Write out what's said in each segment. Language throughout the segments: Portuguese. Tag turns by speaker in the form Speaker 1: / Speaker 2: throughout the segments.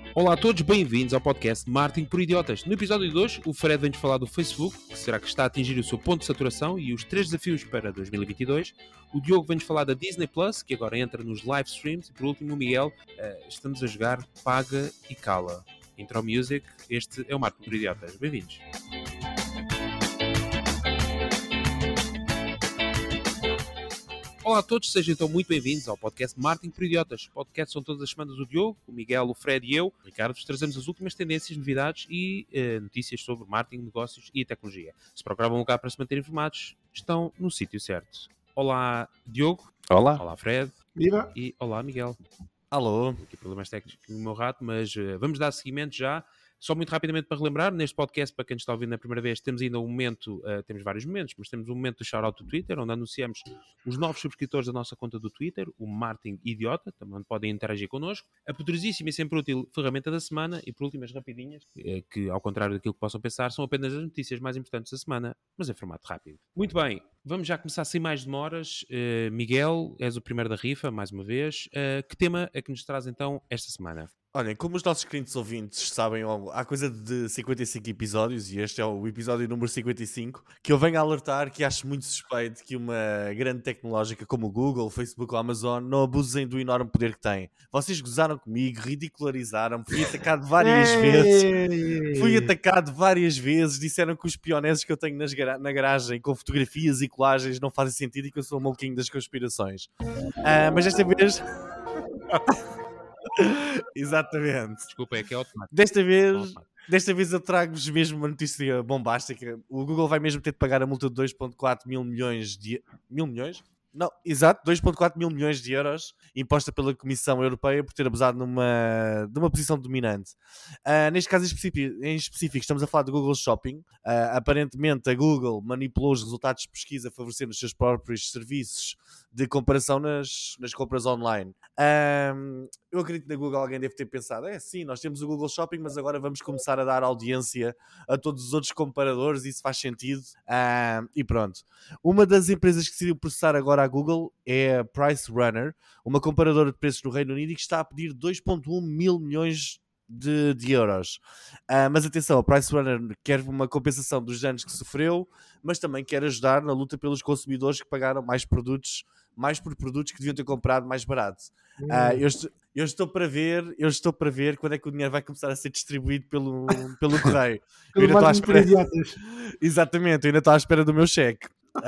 Speaker 1: Olá a todos, bem-vindos ao podcast Marketing por Idiotas. No episódio de hoje, o Fred vem-nos falar do Facebook, que será que está a atingir o seu ponto de saturação e os 3 desafios para 2022. O Diogo vem-nos falar da Disney Plus, que agora entra nos live streams. E por último, o Miguel, estamos a jogar Paga e Cala. Intro Music, este é o Marketing por Idiotas. Bem-vindos. Olá a todos, sejam então muito bem-vindos ao podcast Marketing por Idiotas. Podcast são todas as semanas o Diogo, o Miguel, o Fred e eu, o Ricardo, vos trazemos as últimas tendências, novidades e notícias sobre marketing, negócios e tecnologia. Se procuravam um lugar para se manter informados, estão no sítio certo. Olá Diogo.
Speaker 2: Olá.
Speaker 1: Olá Fred.
Speaker 3: Viva.
Speaker 1: E olá Miguel.
Speaker 2: Alô.
Speaker 1: Aqui problemas técnicos no meu rato, mas vamos dar seguimento já. Só muito rapidamente para relembrar, neste podcast, para quem está ouvindo na primeira vez, temos ainda um momento, temos vários momentos, mas temos um momento do shout-out do Twitter, onde anunciamos os novos subscritores da nossa conta do Twitter, o Marketing Idiota, também podem interagir connosco. A poderosíssima e sempre útil ferramenta da semana, e por último as rapidinhas, que ao contrário daquilo que possam pensar, são apenas as notícias mais importantes da semana, mas em formato rápido. Muito bem, vamos já começar sem mais demoras. Miguel, és o primeiro da rifa, mais uma vez. Que tema é que nos traz então esta semana?
Speaker 2: Olhem, como os nossos queridos ouvintes sabem, há coisa de 55 episódios, e este é o episódio número 55, que eu venho a alertar que acho muito suspeito que uma grande tecnológica como o Google, o Facebook ou a Amazon não abusem do enorme poder que têm. Vocês gozaram comigo, ridicularizaram-me, fui atacado várias vezes, disseram que os pioneses que eu tenho na garagem com fotografias e colagens não fazem sentido e que eu sou um maluquinho das conspirações. Mas desta vez... Exatamente.
Speaker 1: Desculpa, é que é automático.
Speaker 2: Desta vez eu trago-vos mesmo uma notícia bombástica. O Google vai mesmo ter de pagar a multa de 2,4 mil milhões de... Mil milhões? Não, exato, 2,4 mil milhões de euros imposta pela Comissão Europeia por ter abusado de uma posição dominante. Neste caso em específico, estamos a falar do Google Shopping. Aparentemente a Google manipulou os resultados de pesquisa favorecendo os seus próprios serviços de comparação nas compras online. Eu acredito que na Google alguém deve ter pensado, sim, nós temos o Google Shopping, mas agora vamos começar a dar audiência a todos os outros comparadores, isso faz sentido. E pronto. Uma das empresas que decidiu processar agora a Google é a Price Runner, uma comparadora de preços no Reino Unido, que está a pedir 2,1 mil milhões de euros. Mas atenção, a Price Runner quer uma compensação dos danos que sofreu, mas também quer ajudar na luta pelos consumidores que pagaram mais por produtos que deviam ter comprado mais barato. Eu estou para ver quando é que o dinheiro vai começar a ser distribuído pelo correio. Eu ainda estou à espera. Exatamente, eu ainda estou à espera do meu cheque.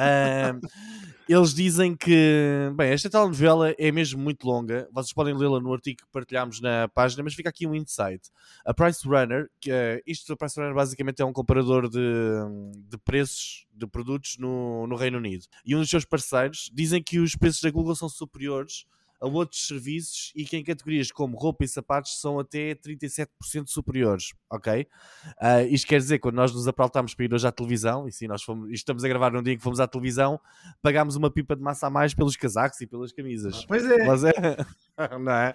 Speaker 2: Eles dizem que... Bem, esta telenovela é mesmo muito longa. Vocês podem lê-la no artigo que partilhámos na página, mas fica aqui um insight. A Price Runner, a Price Runner basicamente é um comparador de preços de produtos no Reino Unido. E um dos seus parceiros dizem que os preços da Google são superiores a outros serviços e que em categorias como roupa e sapatos são até 37% superiores, ok? Isto quer dizer que quando nós nos apraltámos para ir hoje à televisão, e sim, estamos a gravar num dia em que fomos à televisão, pagámos uma pipa de massa a mais pelos casacos e pelas camisas.
Speaker 3: Pois é.
Speaker 2: Mas não é?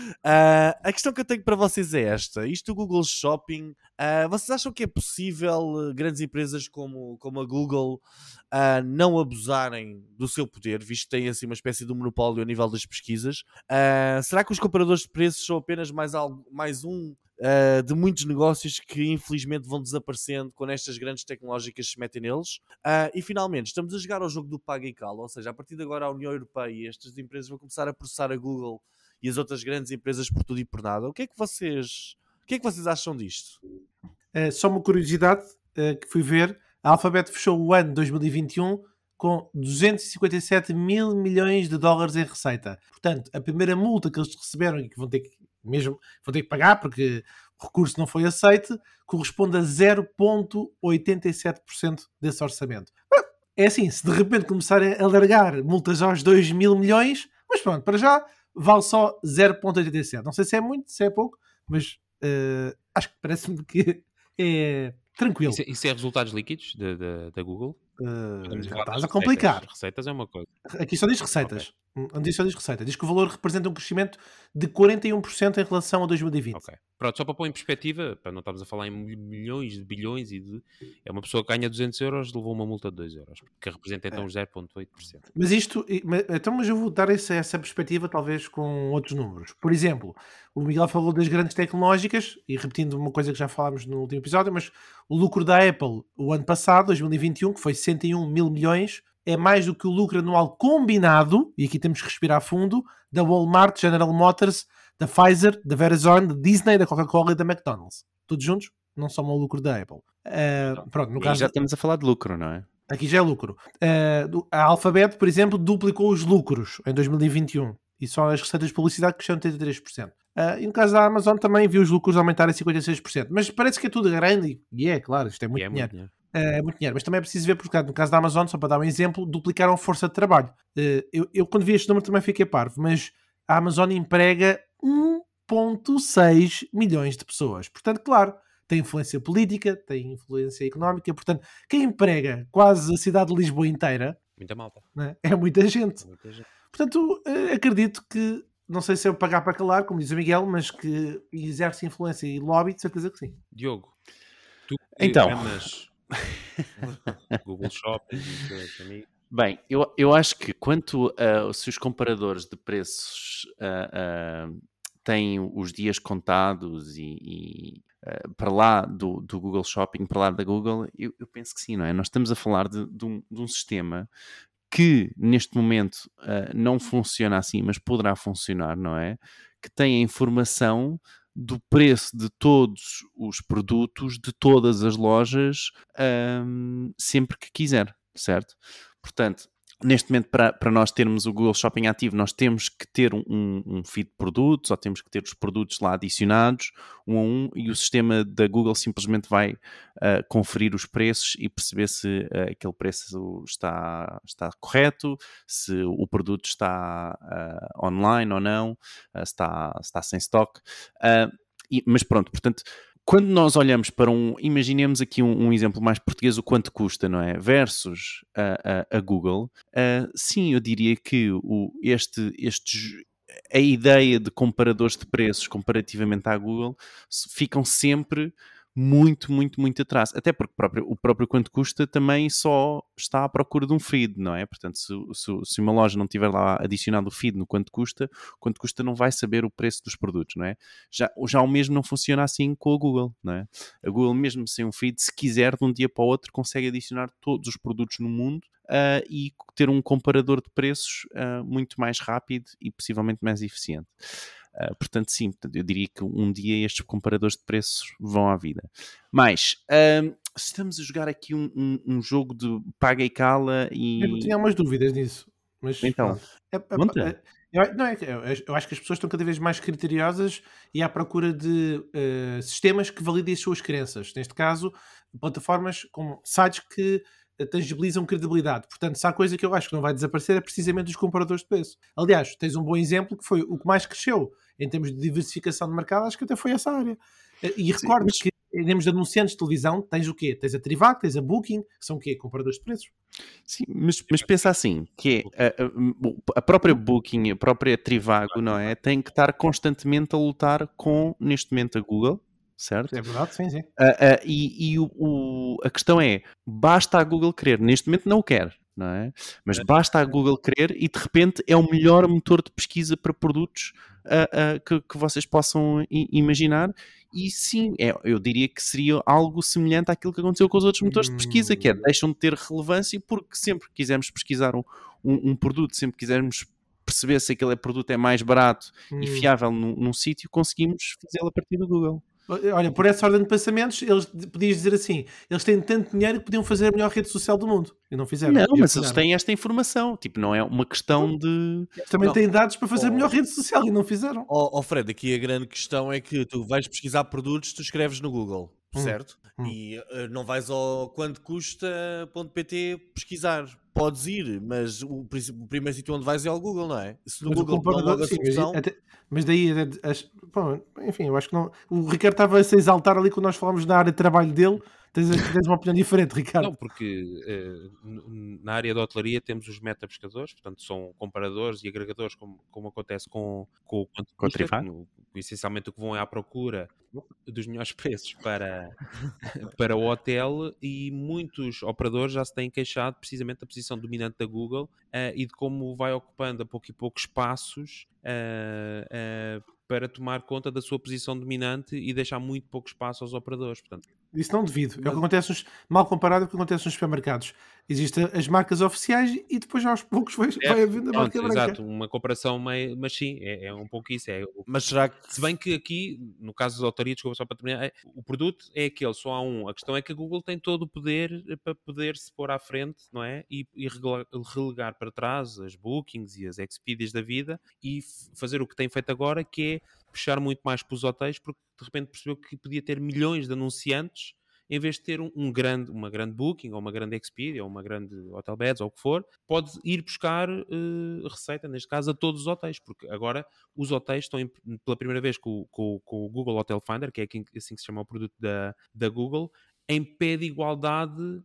Speaker 2: A questão que eu tenho para vocês é esta. Isto do Google Shopping, vocês acham que é possível grandes empresas como a Google não abusarem do seu poder, visto que têm assim uma espécie de monopólio a nível das pesquisas? Será que os comparadores de preços são apenas mais um de muitos negócios que infelizmente vão desaparecendo quando estas grandes tecnológicas se metem neles? E finalmente, estamos a jogar ao jogo do paga e cala, ou seja, a partir de agora a União Europeia e estas empresas vão começar a processar a Google e as outras grandes empresas por tudo e por nada. O que é que vocês acham disto?
Speaker 3: Só uma curiosidade que fui ver, a Alphabet fechou o ano 2021 com 257 mil milhões de dólares em receita. Portanto, a primeira multa que eles receberam e que vão ter que pagar porque o recurso não foi aceito, corresponde a 0,87% desse orçamento. É assim, se de repente começarem a largar multas aos 2 mil milhões, mas pronto, para já vale só 0,87%. Não sei se é muito, se é pouco, mas acho que parece-me que é tranquilo.
Speaker 1: Isso é resultados líquidos da Google?
Speaker 3: Estás a complicar.
Speaker 1: Receitas é uma coisa.
Speaker 3: Aqui só diz receitas. Não diz só diz receita. Diz que o valor representa um crescimento de 41% em relação a 2020.
Speaker 1: Ok. Pronto, só para pôr em perspectiva, não estamos a falar em milhões, de bilhões é uma pessoa que ganha 200 euros, levou uma multa de 2 euros, que representa então 0,8%.
Speaker 3: Mas mas eu vou dar essa perspectiva talvez com outros números. Por exemplo, o Miguel falou das grandes tecnológicas, e repetindo uma coisa que já falámos no último episódio, mas o lucro da Apple o ano passado, 2021, que foi 101 mil milhões, é mais do que o lucro anual combinado, e aqui temos que respirar fundo, da Walmart, General Motors, da Pfizer, da Verizon, da Disney, da Coca-Cola e da McDonald's. Todos juntos, não só o lucro da Apple. Pronto, no caso,
Speaker 4: já estamos a falar de lucro, não é?
Speaker 3: aqui já é lucro. A Alphabet, por exemplo, duplicou os lucros em 2021 e só as receitas de publicidade cresceram 33%. E no caso da Amazon também viu os lucros aumentarem 56%. Mas parece que é tudo grande e é, claro, isto é muito dinheiro. É muito dinheiro, mas também é preciso ver, porque no caso da Amazon, só para dar um exemplo, duplicaram a força de trabalho. Eu quando vi este número também fiquei parvo, mas a Amazon emprega 1,6 milhões de pessoas. Portanto, claro, tem influência política, tem influência económica, portanto, quem emprega quase a cidade de Lisboa inteira,
Speaker 1: muita malta,
Speaker 3: né, é muita gente. Portanto, acredito que, não sei se é pagar para calar, como diz o Miguel, mas que exerce influência e lobby, de certeza que sim.
Speaker 1: Diogo, tu
Speaker 4: então
Speaker 1: Google Shopping,
Speaker 4: bem, eu acho que quanto se os comparadores de preços têm os dias contados e para lá do Google Shopping, para lá da Google, eu penso que sim, não é? Nós estamos a falar de um sistema que neste momento não funciona assim, mas poderá funcionar, não é? Que tem a informação do preço de todos os produtos de todas as lojas sempre que quiser, certo? Portanto, neste momento, para nós termos o Google Shopping ativo, nós temos que ter um feed de produtos, ou temos que ter os produtos lá adicionados, um a um, e o sistema da Google simplesmente vai conferir os preços e perceber se aquele preço está correto, se o produto está online ou não, se está sem stock. Mas pronto, portanto, quando nós olhamos para imaginemos aqui um exemplo mais português, o quanto custa, não é? Versus a Google, sim, eu diria que a ideia de comparadores de preços comparativamente à Google ficam sempre muito, muito, muito atrás. Até porque o próprio quanto custa também só está à procura de um feed, não é? Portanto, se uma loja não tiver lá adicionado o feed no quanto custa não vai saber o preço dos produtos, não é? Já o mesmo não funciona assim com a Google, não é? A Google, mesmo sem um feed, se quiser, de um dia para o outro, consegue adicionar todos os produtos no mundo e ter um comparador de preços muito mais rápido e possivelmente mais eficiente. Portanto, sim, eu diria que um dia estes comparadores de preços vão à vida. Mas, se estamos a jogar aqui um jogo de paga e cala e...
Speaker 3: Eu tinha umas dúvidas nisso. Mas,
Speaker 4: então,
Speaker 3: eu acho que as pessoas estão cada vez mais criteriosas e à procura de sistemas que validem as suas crenças. Neste caso, plataformas como sites que tangibilizam credibilidade. Portanto, se há coisa que eu acho que não vai desaparecer é precisamente os comparadores de preço. Aliás, tens um bom exemplo que foi o que mais cresceu em termos de diversificação de mercado, acho que até foi essa área. E recordo que em termos de anunciantes de televisão, tens o quê? Tens a Trivago, tens a Booking, que são o quê? Comparadores de preços.
Speaker 4: Sim, mas pensa assim, que é a própria Booking, a própria Trivago, não é? Tem que estar constantemente a lutar com, neste momento, a Google, certo?
Speaker 3: É verdade, sim, sim.
Speaker 4: A questão é, basta a Google querer, neste momento não o quer, não é? Mas basta a Google querer e de repente é o melhor motor de pesquisa para produtos que vocês possam imaginar. E sim, eu diria que seria algo semelhante àquilo que aconteceu com os outros motores de pesquisa, que é, deixam de ter relevância porque sempre que quisermos pesquisar um produto, sempre que quisermos perceber se aquele produto é mais barato e fiável num sítio, conseguimos fazê-lo a partir do Google.
Speaker 3: Olha, por essa ordem de pensamentos, podias dizer assim, eles têm tanto dinheiro que podiam fazer a melhor rede social do mundo e não fizeram.
Speaker 4: Não, mas eles têm esta informação, tipo, não é uma questão de...
Speaker 3: Eles também têm dados para fazer a melhor rede social e não fizeram.
Speaker 2: Fred, aqui a grande questão é que tu vais pesquisar produtos, tu escreves no Google. certo? E não vais ao quantocusta.pt pesquisar. Podes ir, mas o primeiro sítio onde vais é ao Google, não é? Se no
Speaker 3: Mas o
Speaker 2: Google dão
Speaker 3: comparador,
Speaker 2: logo a
Speaker 3: sim,
Speaker 2: solução...
Speaker 3: mas daí, bom, enfim, eu acho que não. O Ricardo estava a se exaltar ali quando nós falámos na área de trabalho dele. Tens uma opinião diferente, Ricardo.
Speaker 1: Não, porque na área da hotelaria temos os meta-pescadores, portanto são comparadores e agregadores, como acontece com o quanto
Speaker 4: Com a
Speaker 1: custa,
Speaker 4: Trivago.
Speaker 1: essencialmente o que vão é à procura dos melhores preços para o hotel, e muitos operadores já se têm queixado precisamente da posição dominante da Google e de como vai ocupando a pouco e pouco espaços para tomar conta da sua posição dominante e deixar muito pouco espaço aos operadores. Portanto,
Speaker 3: Isso não devido. É o que acontece mal comparado com o que acontece nos supermercados. Existem as marcas oficiais e depois aos poucos vai havendo a marca branca.
Speaker 1: Exato, uma comparação meio, mas sim, é um pouco isso.
Speaker 2: Mas será que...
Speaker 1: Se bem que aqui, no caso da autoria, desculpa só para terminar, o produto é aquele, só há um. A questão é que a Google tem todo o poder para poder se pôr à frente, não é? E relegar para trás as Bookings e as Expedias da vida e fazer o que tem feito agora, que é puxar muito mais para os hotéis, porque de repente percebeu que podia ter milhões de anunciantes em vez de ter uma grande Booking, ou uma grande Expedia, ou uma grande Hotelbeds, ou o que for, pode ir buscar receita, neste caso, a todos os hotéis, porque agora os hotéis estão pela primeira vez com o Google Hotel Finder, que é assim que se chama o produto da Google, em pé de igualdade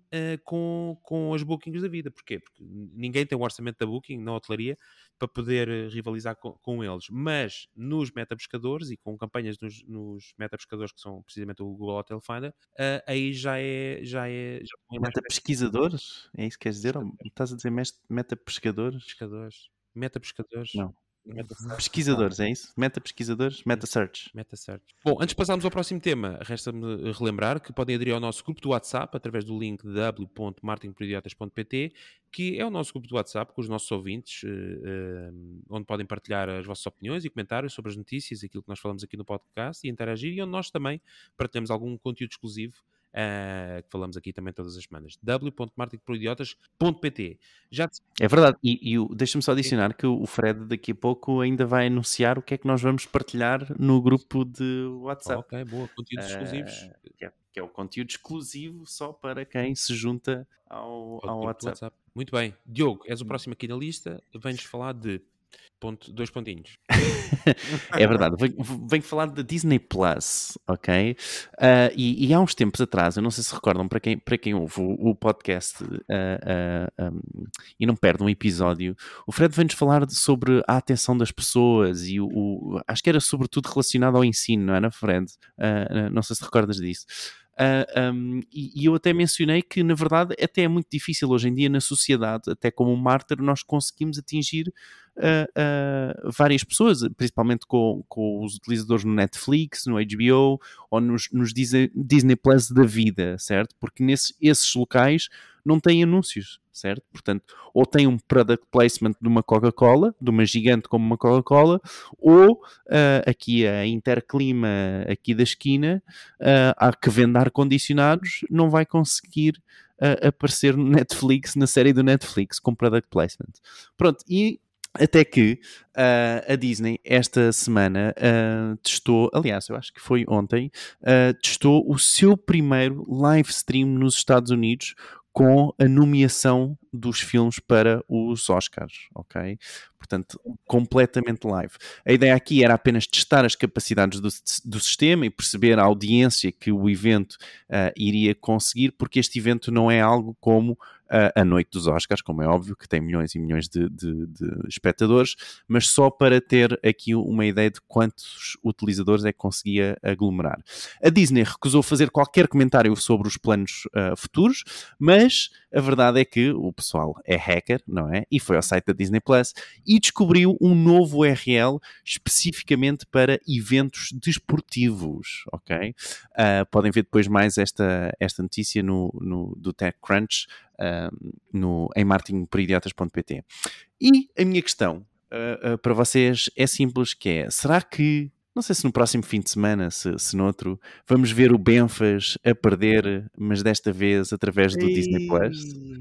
Speaker 1: com as bookings da vida. Porquê? Porque ninguém tem o orçamento da Booking na hotelaria para poder rivalizar com eles. Mas nos meta-pescadores e com campanhas nos meta-pescadores, que são precisamente o Google Hotel Finder, aí já mais
Speaker 4: Meta-pesquisadores? É isso que queres dizer? Ou estás a dizer meta-pescadores?
Speaker 1: pescadores. Meta-pescadores.
Speaker 4: Não. Pesquisadores, é isso? Meta-pesquisadores? Meta-search.
Speaker 1: Meta-search. Bom, antes de passarmos ao próximo tema, resta-me relembrar que podem aderir ao nosso grupo do WhatsApp através do link w.marketingporidiotas.pt, que é o nosso grupo do WhatsApp com os nossos ouvintes, onde podem partilhar as vossas opiniões e comentários sobre as notícias, aquilo que nós falamos aqui no podcast, e interagir, e onde nós também partilhamos algum conteúdo exclusivo que falamos aqui também todas as semanas. w.marketingporidiotas.pt.
Speaker 4: É verdade, e deixa-me só adicionar que o Fred daqui a pouco ainda vai anunciar o que é que nós vamos partilhar no grupo de WhatsApp.
Speaker 1: Ok, boa, conteúdos exclusivos.
Speaker 4: Que é o conteúdo exclusivo só para quem se junta ao WhatsApp.
Speaker 1: Muito bem. Diogo, és o próximo aqui na lista, vens falar de... dois pontinhos.
Speaker 4: É verdade, venho falar da Disney Plus, ok? E há uns tempos atrás, eu não sei se recordam, para quem ouve o podcast e não perde um episódio, o Fred veio-nos falar sobre a atenção das pessoas e acho que era sobretudo relacionado ao ensino, não era, Fred? Não sei se recordas disso. E eu até mencionei que, na verdade, até é muito difícil hoje em dia na sociedade, até como um mártir, nós conseguimos atingir várias pessoas, principalmente com os utilizadores no Netflix, no HBO ou nos Disney Plus da vida, certo? Porque esses locais não têm anúncios, certo? Portanto, ou tem um product placement de uma Coca-Cola, de uma gigante como uma Coca-Cola, ou aqui a Interclima aqui da esquina, a que vende ar-condicionados, não vai conseguir aparecer no Netflix, na série do Netflix, com product placement. Pronto, e até que a Disney esta semana testou, aliás, eu acho que foi ontem, testou o seu primeiro live stream nos Estados Unidos com a nomeação dos filmes para os Oscars, ok? Portanto, completamente live. A ideia aqui era apenas testar as capacidades do sistema e perceber a audiência que o evento iria conseguir, porque este evento não é algo como a noite dos Oscars, como é óbvio, que tem milhões e milhões de espectadores, mas só para ter aqui uma ideia de quantos utilizadores é que conseguia aglomerar. A Disney recusou fazer qualquer comentário sobre os planos futuros, mas a verdade é que o pessoal é hacker, não é? E foi ao site da Disney Plus e descobriu um novo URL especificamente para eventos desportivos, ok? Podem ver depois mais esta notícia do TechCrunch em marketingporidiotas.pt. E a minha questão para vocês é simples, que é, será que, não sei se no próximo fim de semana, se noutro, vamos ver o Benfas a perder, mas desta vez através do Disney Plus?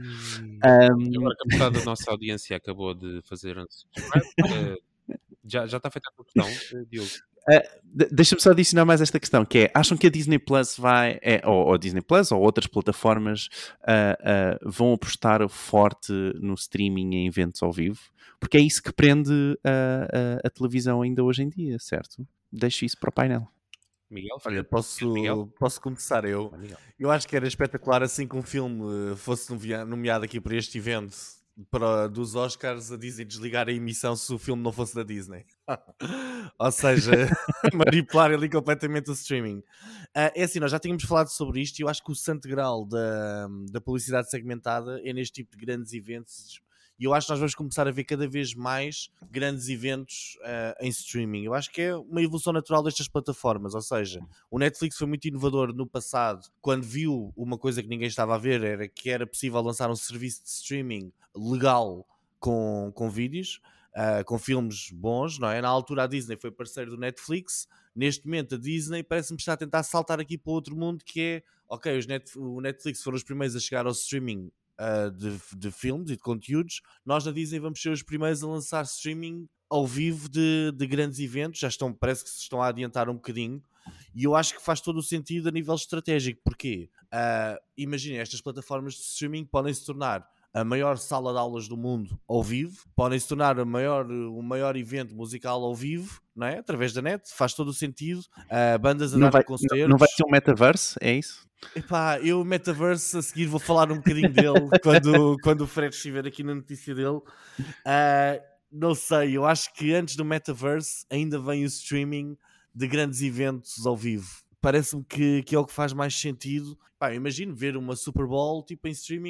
Speaker 1: Agora que a metade da nossa audiência acabou de fazer unsubscribe, já está feita a tua questão, Diogo.
Speaker 4: Deixa-me só adicionar mais esta questão, que é, acham que a Disney Plus ou a Disney Plus ou outras plataformas vão apostar forte no streaming em eventos ao vivo? Porque é isso que prende a televisão ainda hoje em dia, certo? Deixo isso para o painel.
Speaker 1: Miguel,
Speaker 2: Olha,
Speaker 1: Miguel?
Speaker 2: posso começar eu.
Speaker 1: Miguel.
Speaker 2: Eu acho que era espetacular assim que um filme fosse nomeado aqui para este evento dos Oscars, a Disney desligar a emissão se o filme não fosse da Disney. Ou seja, manipular ali completamente o streaming. É assim, nós já tínhamos falado sobre isto e eu acho que o santo grau da publicidade segmentada é neste tipo de grandes eventos. E eu acho que nós vamos começar a ver cada vez mais grandes eventos em streaming. Eu acho que é uma evolução natural destas plataformas. Ou seja, o Netflix foi muito inovador no passado, quando viu uma coisa que ninguém estava a ver, era que era possível lançar um serviço de streaming legal com vídeos, com filmes bons, não é? Na altura a Disney foi parceiro do Netflix. Neste momento a Disney parece-me estar a tentar saltar aqui para outro mundo, que é, ok, o Netflix foram os primeiros a chegar ao streaming de filmes e de conteúdos. Nós na Disney vamos ser os primeiros a lançar streaming ao vivo de grandes eventos. Parece que se estão a adiantar um bocadinho, e eu acho que faz todo o sentido a nível estratégico. Porquê? Imaginem, estas plataformas de streaming podem se tornar a maior sala de aulas do mundo ao vivo, podem se tornar o maior evento musical ao vivo, não é? Através da net, faz todo o sentido. Bandas a dar concertos.
Speaker 4: Não vai ser um metaverse, é isso?
Speaker 2: Epá, eu Metaverse a seguir vou falar um bocadinho dele quando o Fred estiver aqui na notícia dele. Não sei, eu acho que antes do Metaverse ainda vem o streaming de grandes eventos ao vivo. Parece-me que é o que faz mais sentido. Pá, imagino ver uma Super Bowl tipo em streaming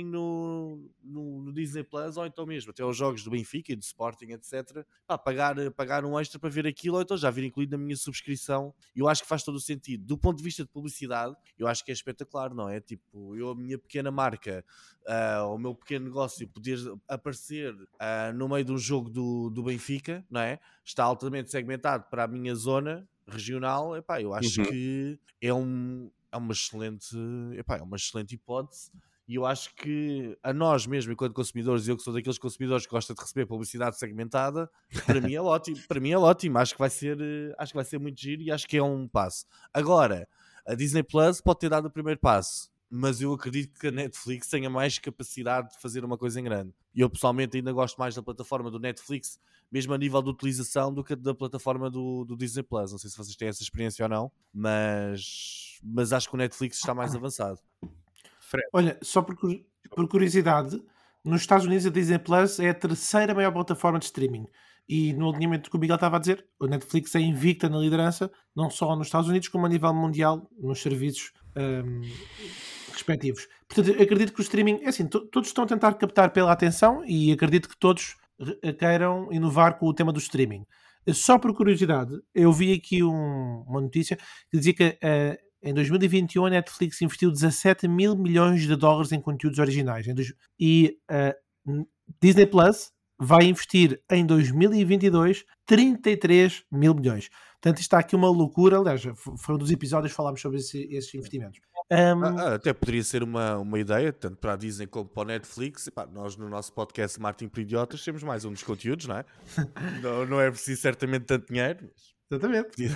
Speaker 2: no Disney Plus, ou então mesmo até os jogos do Benfica e do Sporting, etc. Pá, pagar um extra para ver aquilo, ou então já vir incluído na minha subscrição. Eu acho que faz todo o sentido. Do ponto de vista de publicidade, eu acho que é espetacular, não é? Tipo, a minha pequena marca, o meu pequeno negócio poder aparecer no meio de um jogo do Benfica, não é? Está altamente segmentado para a minha zona regional. Epá, eu acho que é uma excelente hipótese, e eu acho que a nós mesmo, enquanto consumidores, eu que sou daqueles consumidores que gosta de receber publicidade segmentada, para mim é ótimo, acho que vai ser muito giro, e acho que é um passo. Agora, a Disney Plus pode ter dado o primeiro passo, mas eu acredito que a Netflix tenha mais capacidade de fazer uma coisa em grande. E eu pessoalmente ainda gosto mais da plataforma do Netflix, mesmo a nível de utilização, do que da plataforma do Disney Plus. Não sei se vocês têm essa experiência ou não, mas acho que o Netflix está mais avançado.
Speaker 1: Fred.
Speaker 3: Olha, só por curiosidade, nos Estados Unidos a Disney Plus é a terceira maior plataforma de streaming. E no alinhamento que o Miguel estava a dizer, o Netflix é invicta na liderança, não só nos Estados Unidos, como a nível mundial, nos serviços respectivos. Portanto, eu acredito que o streaming, é assim, todos estão a tentar captar pela atenção, e acredito que todos queiram inovar com o tema do streaming. Só por curiosidade, eu vi aqui uma notícia que dizia que em 2021 a Netflix investiu 17 mil milhões de dólares em conteúdos originais. E Disney Plus vai investir em 2022 33 mil milhões. Portanto, está aqui uma loucura. Aliás, foi um dos episódios que falámos sobre esses investimentos.
Speaker 2: Até poderia ser uma ideia, tanto para a Disney como para o Netflix. Epá, nós no nosso podcast Martin por Idiotas temos mais um dos conteúdos, não é? não é preciso certamente tanto dinheiro.
Speaker 3: Exatamente.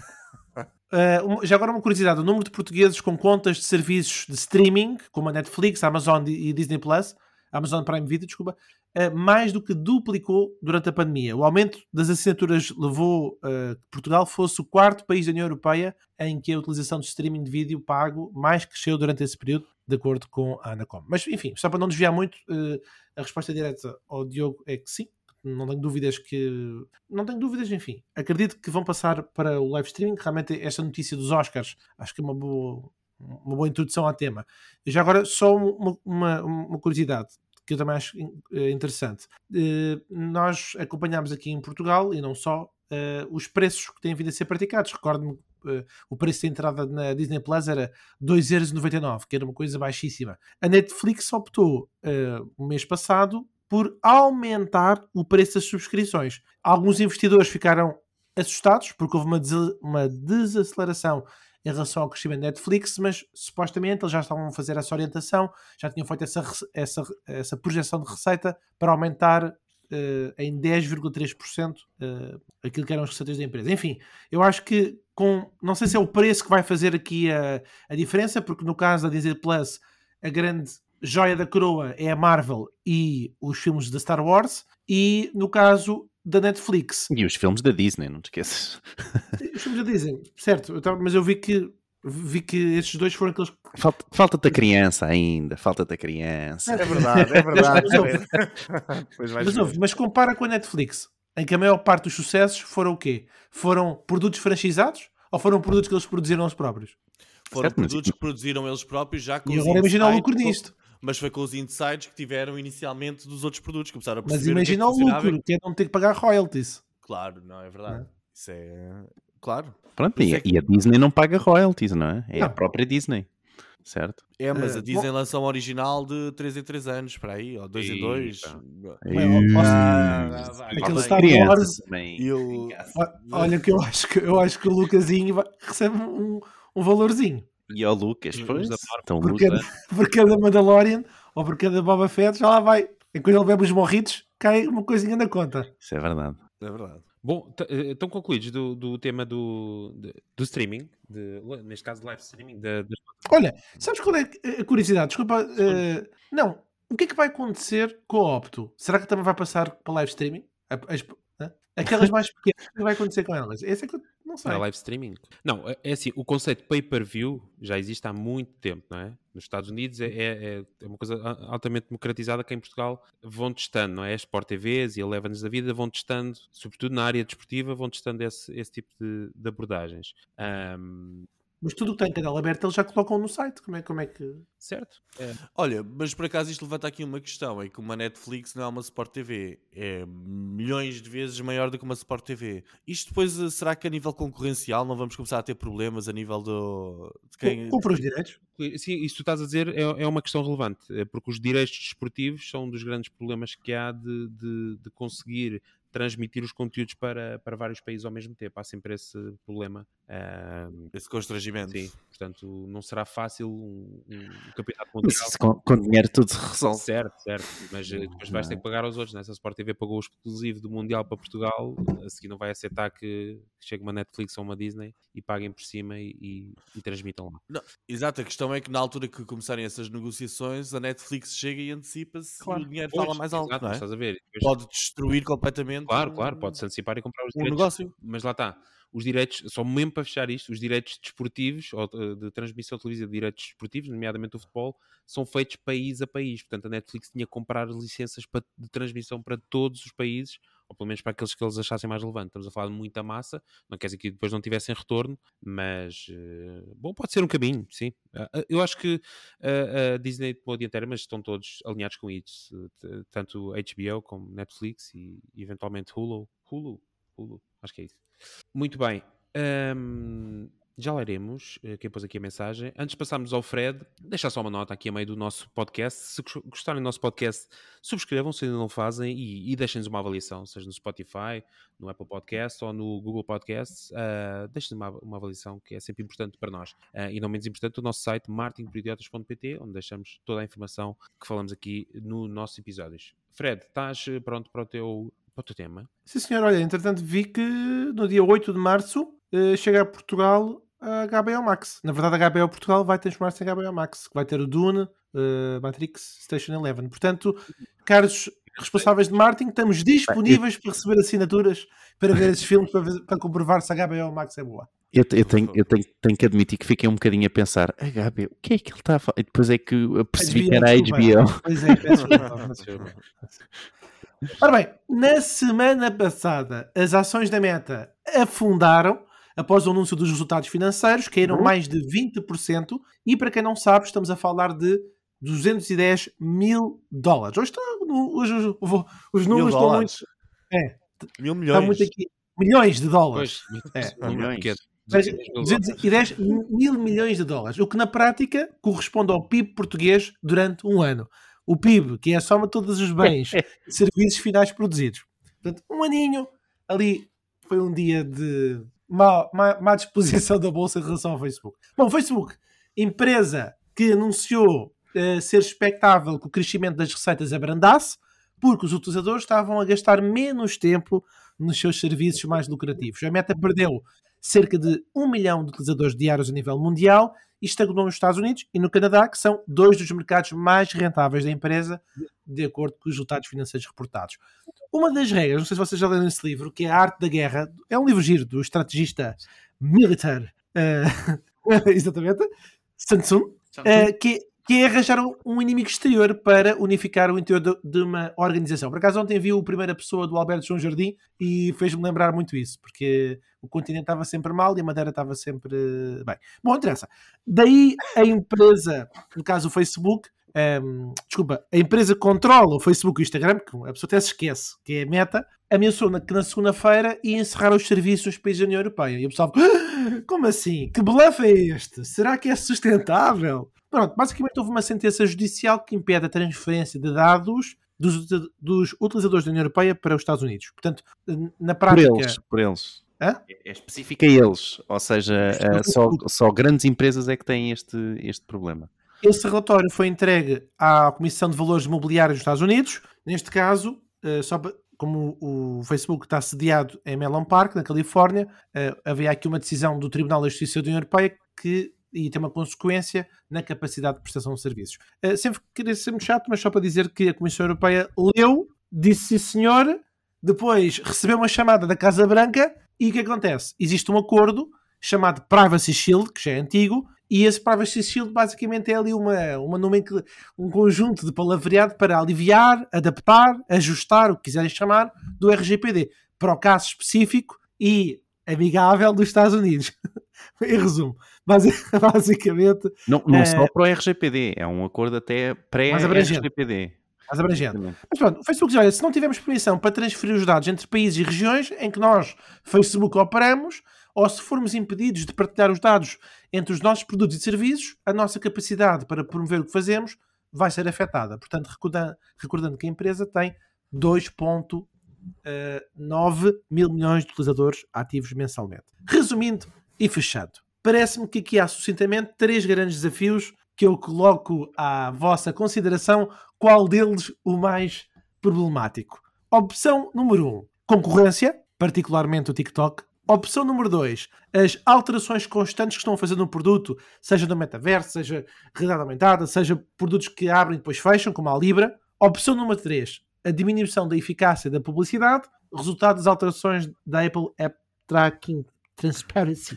Speaker 3: Já agora uma curiosidade: o número de portugueses com contas de serviços de streaming, como a Netflix, a Amazon e Disney Plus, a Amazon Prime Video, desculpa, mais do que duplicou durante a pandemia. O aumento das assinaturas levou que Portugal fosse o quarto país da União Europeia em que a utilização de streaming de vídeo pago mais cresceu durante esse período, de acordo com a Anacom. Mas enfim, só para não desviar muito, a resposta direta ao Diogo é que sim. Não tenho dúvidas, enfim. Acredito que vão passar para o live streaming. Realmente esta notícia dos Oscars acho que é uma boa introdução ao tema. Já agora só uma curiosidade que eu também acho interessante. Nós acompanhámos aqui em Portugal, e não só, os preços que têm vindo a ser praticados. Recordo-me que o preço de entrada na Disney Plus era 2,99€, que era uma coisa baixíssima. A Netflix optou, o mês passado, por aumentar o preço das subscrições. Alguns investidores ficaram assustados porque houve uma desaceleração em relação ao crescimento da Netflix, mas supostamente eles já estavam a fazer essa orientação, já tinham feito essa projeção de receita para aumentar em 10,3% aquilo que eram as receitas da empresa. Enfim, eu acho que não sei se é o preço que vai fazer aqui a diferença, porque no caso da Disney Plus, a grande joia da coroa é a Marvel e os filmes da Star Wars, e no caso da Netflix...
Speaker 4: E os filmes da Disney, não te esqueças.
Speaker 3: Os filmes da Disney, certo, mas eu vi que estes dois foram aqueles...
Speaker 4: Falta-te a criança ainda, falta-te a criança.
Speaker 2: É verdade, é verdade.
Speaker 3: Mas compara com a Netflix, em que a maior parte dos sucessos foram o quê? Foram produtos franchisados ou foram produtos que eles produziram eles próprios?
Speaker 2: Foram
Speaker 4: Certo, mas-
Speaker 2: produtos que produziram eles próprios já com
Speaker 3: E
Speaker 2: os
Speaker 3: agora imagina o
Speaker 2: insights,
Speaker 3: lucro disto.
Speaker 2: mas foi com os insights que tiveram inicialmente dos outros produtos, que começaram a
Speaker 3: Mas
Speaker 2: perceber o que é que
Speaker 3: imagina o
Speaker 2: funcionava.
Speaker 3: lucro, que é não ter que pagar royalties.
Speaker 2: Claro, não, é verdade. Isso é... Claro.
Speaker 4: Pronto,
Speaker 2: Por isso é que-
Speaker 4: e a Disney não paga royalties, não é? É a
Speaker 3: Não.
Speaker 4: própria Disney, certo?
Speaker 2: É, mas a
Speaker 3: bom.
Speaker 2: Disney lançou um original de 3 em 3 anos, para aí, ou 2 em 2.
Speaker 1: Eita.
Speaker 3: Aquele Star Wars,
Speaker 4: também.
Speaker 2: E o...
Speaker 3: olha que eu acho que o Lucasinho recebe um valorzinho.
Speaker 4: E ao Lucas,
Speaker 1: Os
Speaker 4: pois,
Speaker 1: da
Speaker 4: estão
Speaker 3: Por
Speaker 4: Lucas.
Speaker 3: cada Mandalorian ou por cada Boba Fett, já lá vai. Enquanto ele bebe os morritos, cai uma coisinha na conta.
Speaker 4: Isso é verdade.
Speaker 2: É verdade.
Speaker 1: Bom, estão concluídos do tema do streaming, neste caso live streaming.
Speaker 3: Olha, sabes qual é a curiosidade? Desculpa. Não. O que é que vai acontecer com a Opto? Será que também vai passar para live streaming? Aquelas mais pequenas, o que vai acontecer com elas? Esse é que eu não sei.
Speaker 1: Para live streaming? Não, é assim, o conceito pay-per-view já existe há muito tempo, não é? Nos Estados Unidos é uma coisa altamente democratizada que em Portugal vão testando, não é? As Sport TVs e Elevens da vida vão testando, sobretudo na área desportiva, vão testando esse tipo de abordagens.
Speaker 3: Mas tudo o que tem canal aberto eles já colocam no site. Como é que...
Speaker 1: Certo?
Speaker 2: Olha, mas por acaso isto levanta aqui uma questão, é que uma Netflix não é uma Sport TV, é milhões de vezes maior do que uma Sport TV. Isto depois, será que a nível concorrencial não vamos começar a ter problemas a nível de quem...
Speaker 3: Compra os direitos.
Speaker 1: Sim, isso que tu estás a dizer é uma questão relevante, porque os direitos desportivos são um dos grandes problemas que há de conseguir transmitir os conteúdos para vários países ao mesmo tempo. Há sempre esse problema.
Speaker 2: Esse constrangimento.
Speaker 1: Sim, portanto, não será fácil um campeonato
Speaker 4: Mas
Speaker 1: mundial.
Speaker 4: isso com dinheiro tudo se resolve.
Speaker 1: Certo, mas depois vais ter que pagar aos outros, né? Se a Sport TV pagou o exclusivo do Mundial para Portugal, a seguir não vai aceitar que chegue uma Netflix ou uma Disney e paguem por cima e transmitam lá.
Speaker 2: Não, exato, a questão é que na altura que começarem essas negociações, a Netflix chega e antecipa-se
Speaker 3: Claro.
Speaker 2: e o dinheiro
Speaker 1: Pois,
Speaker 2: fala mais alto,
Speaker 1: exato,
Speaker 2: não é?
Speaker 1: estás a ver? E depois-
Speaker 2: Pode destruir completamente
Speaker 1: Claro, pode-se antecipar e comprar os
Speaker 2: um
Speaker 1: direitos.
Speaker 2: negócio.
Speaker 1: Mas lá está, os direitos, só mesmo para fechar isto, os direitos desportivos, ou de transmissão televisiva de direitos desportivos, nomeadamente o futebol, são feitos país a país. Portanto, a Netflix tinha que comprar licenças de transmissão para todos os países, ou pelo menos para aqueles que eles achassem mais relevantes. Estamos a falar de muita massa, não quer dizer que depois não tivessem retorno, mas, bom, pode ser um caminho, sim. Eu acho que a Disney tomou a dianteira, mas estão todos alinhados com isso. Tanto HBO como Netflix e eventualmente Hulu, acho que é isso. Muito bem. Já leremos quem pôs aqui a mensagem. Antes de passarmos ao Fred, deixar só uma nota aqui a meio do nosso podcast. Se gostarem do nosso podcast, subscrevam se ainda não fazem e deixem-nos uma avaliação, seja no Spotify, no Apple Podcast ou no Google Podcasts. Deixem-nos uma avaliação que é sempre importante para nós. E não menos importante, o nosso site marketingporidiotas.pt, onde deixamos toda a informação que falamos aqui nos nossos episódios. Fred, estás pronto para o teu tema?
Speaker 3: Sim, senhor. Olha, entretanto vi que no dia 8 de março chega a Portugal a HBO Max. Na verdade, a HBO Portugal vai transformar-se em HBO Max, que vai ter o Dune, Matrix, Station 11. Portanto, caros responsáveis de marketing, estamos disponíveis para receber assinaturas para ver esses filmes, para comprovar se a HBO Max é boa.
Speaker 4: Eu tenho que admitir que fiquei um bocadinho a pensar, HBO, o que é que ele está a falar? E depois é que eu percebi que era a HBO.
Speaker 3: Pois é, peço desculpa. Ora bem, na semana passada as ações da Meta afundaram após o anúncio dos resultados financeiros, caíram mais de 20% e, para quem não sabe, estamos a falar de 210 mil dólares. Hoje os números estão muito...
Speaker 2: $1.000 milhões.
Speaker 3: Está muito aqui. Milhões de dólares.
Speaker 4: Milhões.
Speaker 3: 210 mil milhões de dólares, o que na prática corresponde ao PIB português durante um ano. O PIB, que é a soma de todos os bens e serviços finais produzidos. Portanto, um aninho, ali foi um dia de má disposição da Bolsa em relação ao Facebook. Bom, Facebook, empresa que anunciou ser expectável que o crescimento das receitas abrandasse, porque os utilizadores estavam a gastar menos tempo nos seus serviços mais lucrativos. A Meta perdeu cerca de 1 milhão de utilizadores diários a nível mundial e estagnou nos Estados Unidos e no Canadá, que são 2 dos mercados mais rentáveis da empresa, de acordo com os resultados financeiros reportados. Uma das regras, não sei se vocês já leram esse livro, que é A Arte da Guerra, é um livro giro do estrategista militar, exatamente, Sun Tzu, que é arranjar um inimigo exterior para unificar o interior de uma organização. Por acaso ontem vi a primeira pessoa do Alberto João Jardim e fez-me lembrar muito isso, porque o continente estava sempre mal e a Madeira estava sempre bem. Bom, interessa. Daí a empresa, no caso o Facebook, a empresa que controla o Facebook e o Instagram, que a pessoa até se esquece, que é a Meta, ameaçou que na segunda-feira ia encerrar os serviços nos países da União Europeia. E o pessoal, como assim? Que bluff é este? Será que é sustentável? Pronto, basicamente houve uma sentença judicial que impede a transferência de dados dos utilizadores da União Europeia para os Estados Unidos. Portanto, na prática...
Speaker 4: Por eles.
Speaker 3: Hã?
Speaker 4: É específico a eles, ou seja, só grandes empresas é que têm este problema.
Speaker 3: Esse relatório foi entregue à Comissão de Valores Imobiliários dos Estados Unidos. Neste caso, como o Facebook está sediado em Menlo Park, na Califórnia, havia aqui uma decisão do Tribunal da Justiça da União Europeia que ia ter uma consequência na capacidade de prestação de serviços. Sempre queria ser muito chato, mas só para dizer que a Comissão Europeia leu, disse sim senhor, depois recebeu uma chamada da Casa Branca e o que acontece? Existe um acordo chamado Privacy Shield, que já é antigo, e esse Privacy Shield basicamente é ali um conjunto de palavreado para aliviar, adaptar, ajustar, o que quiserem chamar, do RGPD, para o caso específico e amigável dos Estados Unidos. Em resumo, basicamente...
Speaker 4: Não só para o RGPD, é um acordo até pré-RGPD.
Speaker 3: Mais abrangente. Mas pronto, o Facebook diz, olha, se não tivermos permissão para transferir os dados entre países e regiões em que nós, Facebook, operamos, ou se formos impedidos de partilhar os dados entre os nossos produtos e serviços, a nossa capacidade para promover o que fazemos vai ser afetada. Portanto, recordando que a empresa tem 2,9 mil milhões de utilizadores ativos mensalmente. Resumindo e fechando, parece-me que aqui há sucintamente 3 grandes desafios que eu coloco à vossa consideração, qual deles o mais problemático. Opção número 1, concorrência, particularmente o TikTok. Opção número 2, as alterações constantes que estão a fazer no produto, seja no metaverso, seja realidade aumentada, seja produtos que abrem e depois fecham, como a Libra. Opção número 3, a diminuição da eficácia da publicidade, resultado das alterações da Apple App Tracking Transparency.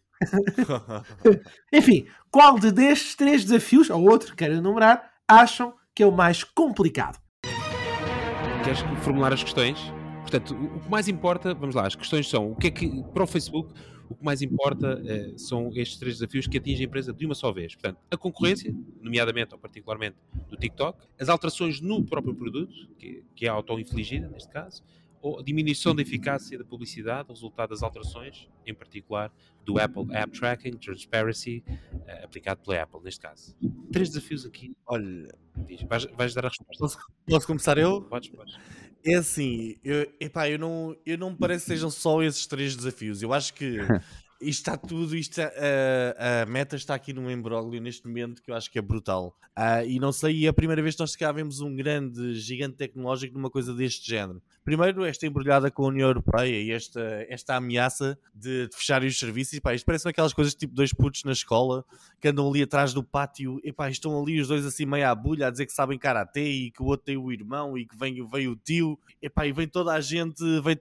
Speaker 3: Enfim, qual destes 3 desafios, ou outro, quero enumerar, acham que é o mais complicado?
Speaker 1: Queres formular as questões? Portanto, o que mais importa, vamos lá, as questões são, o que é que, para o Facebook, o que mais importa são estes 3 desafios que atingem a empresa de uma só vez. Portanto, a concorrência, nomeadamente ou particularmente do TikTok, as alterações no próprio produto, que é auto-infligida neste caso, ou a diminuição da eficácia da publicidade, resultado das alterações, em particular do Apple App Tracking Transparency, aplicado pela Apple, neste caso. 3 desafios aqui.
Speaker 2: Olha,
Speaker 1: vais dar a resposta.
Speaker 2: posso começar eu?
Speaker 1: Podes.
Speaker 2: É assim, eu não me parece que sejam só esses 3 desafios. Eu acho que isto está tudo, a Meta está aqui num imbróglio neste momento que eu acho que é brutal. E não sei, é a primeira vez que nós vemos um grande gigante tecnológico numa coisa deste género. Primeiro, esta embrulhada com a União Europeia e esta ameaça de fechar os serviços. Isto parece aquelas coisas tipo 2 putos na escola que andam ali atrás do pátio e estão ali os dois assim meio à bulha a dizer que sabem karatê e que o outro tem o irmão e que veio o tio. E vem toda a gente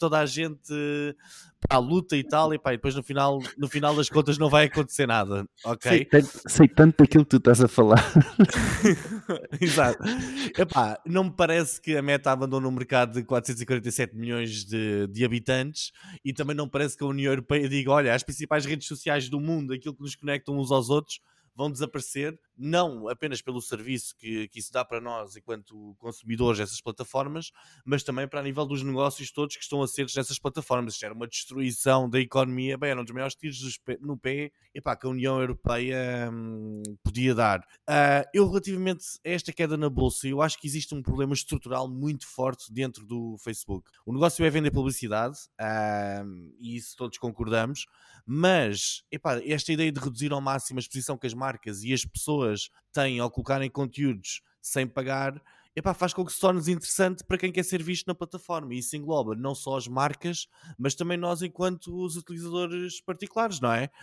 Speaker 2: à luta e tal, e depois no final das contas não vai acontecer nada, ok?
Speaker 4: Sei tanto daquilo que tu estás a falar.
Speaker 2: Exato. Não me parece que a Meta abandonou um mercado de 447 milhões de habitantes e também não parece que a União Europeia diga, olha, as principais redes sociais do mundo, aquilo que nos conectam uns aos outros, vão desaparecer, não apenas pelo serviço que isso dá para nós enquanto consumidores dessas plataformas, mas também para a nível dos negócios todos que estão assentes nessas plataformas. Isto era uma destruição da economia, era um dos maiores tiros no pé que a União Europeia podia dar. Eu, relativamente a esta queda na bolsa, eu acho que existe um problema estrutural muito forte dentro do Facebook. O negócio é vender publicidade, e isso todos concordamos, mas esta ideia de reduzir ao máximo a exposição que as marcas e as pessoas têm ao colocarem conteúdos sem pagar, faz com que se torne interessante para quem quer ser visto na plataforma. E isso engloba não só as marcas, mas também nós enquanto os utilizadores particulares, não é?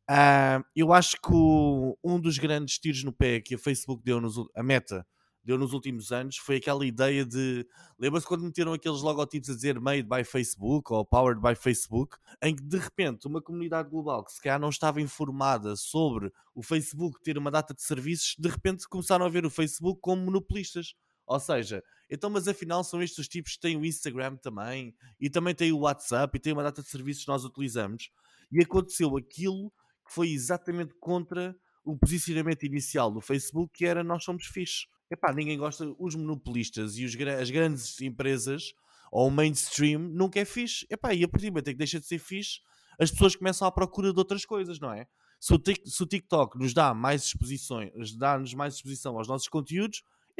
Speaker 2: Eu acho que um dos grandes tiros no pé que a Facebook deu, a Meta deu nos últimos anos, foi aquela ideia de... Lembra-se quando meteram aqueles logotipos a dizer Made by Facebook ou Powered by Facebook, em que de repente uma comunidade global que se calhar não estava informada sobre o Facebook ter uma data de serviços, de repente começaram a ver o Facebook como monopolistas. Ou seja, então, mas afinal são estes os tipos que têm o Instagram também, e também têm o WhatsApp, e têm uma data de serviços que nós utilizamos. E aconteceu aquilo que foi exatamente contra o posicionamento inicial do Facebook, que era nós somos fixe. Ninguém gosta, os monopolistas e as grandes empresas, ou o mainstream, nunca é fixe. E a partir do momento em que deixa de ser fixe, as pessoas começam à procura de outras coisas, não é? Se o TikTok nos dá mais exposições, dá-nos mais exposição aos nossos conteúdos,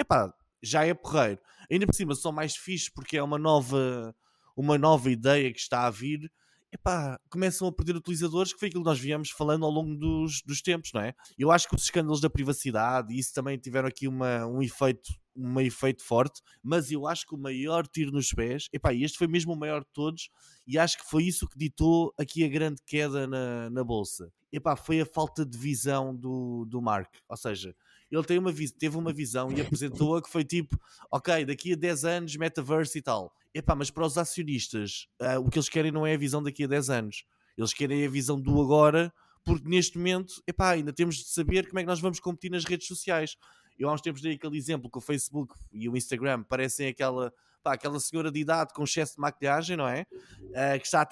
Speaker 2: já é porreiro. Ainda por cima são mais fixe porque é uma nova ideia que está a vir. Começam a perder utilizadores, que foi aquilo que nós viemos falando ao longo dos tempos, não é? Eu acho que os escândalos da privacidade, e isso também tiveram aqui um efeito forte, mas eu acho que o maior tiro nos pés, e este foi mesmo o maior de todos, e acho que foi isso que ditou aqui a grande queda na bolsa. Foi a falta de visão do Mark, ou seja, ele teve uma visão e apresentou-a que foi tipo, ok, daqui a 10 anos metaverse e tal. Mas para os acionistas, o que eles querem não é a visão daqui a 10 anos. Eles querem a visão do agora, porque neste momento, ainda temos de saber como é que nós vamos competir nas redes sociais. Eu há uns tempos dei aquele exemplo que o Facebook e o Instagram parecem aquela senhora de idade com excesso de maquilhagem, não é? Que está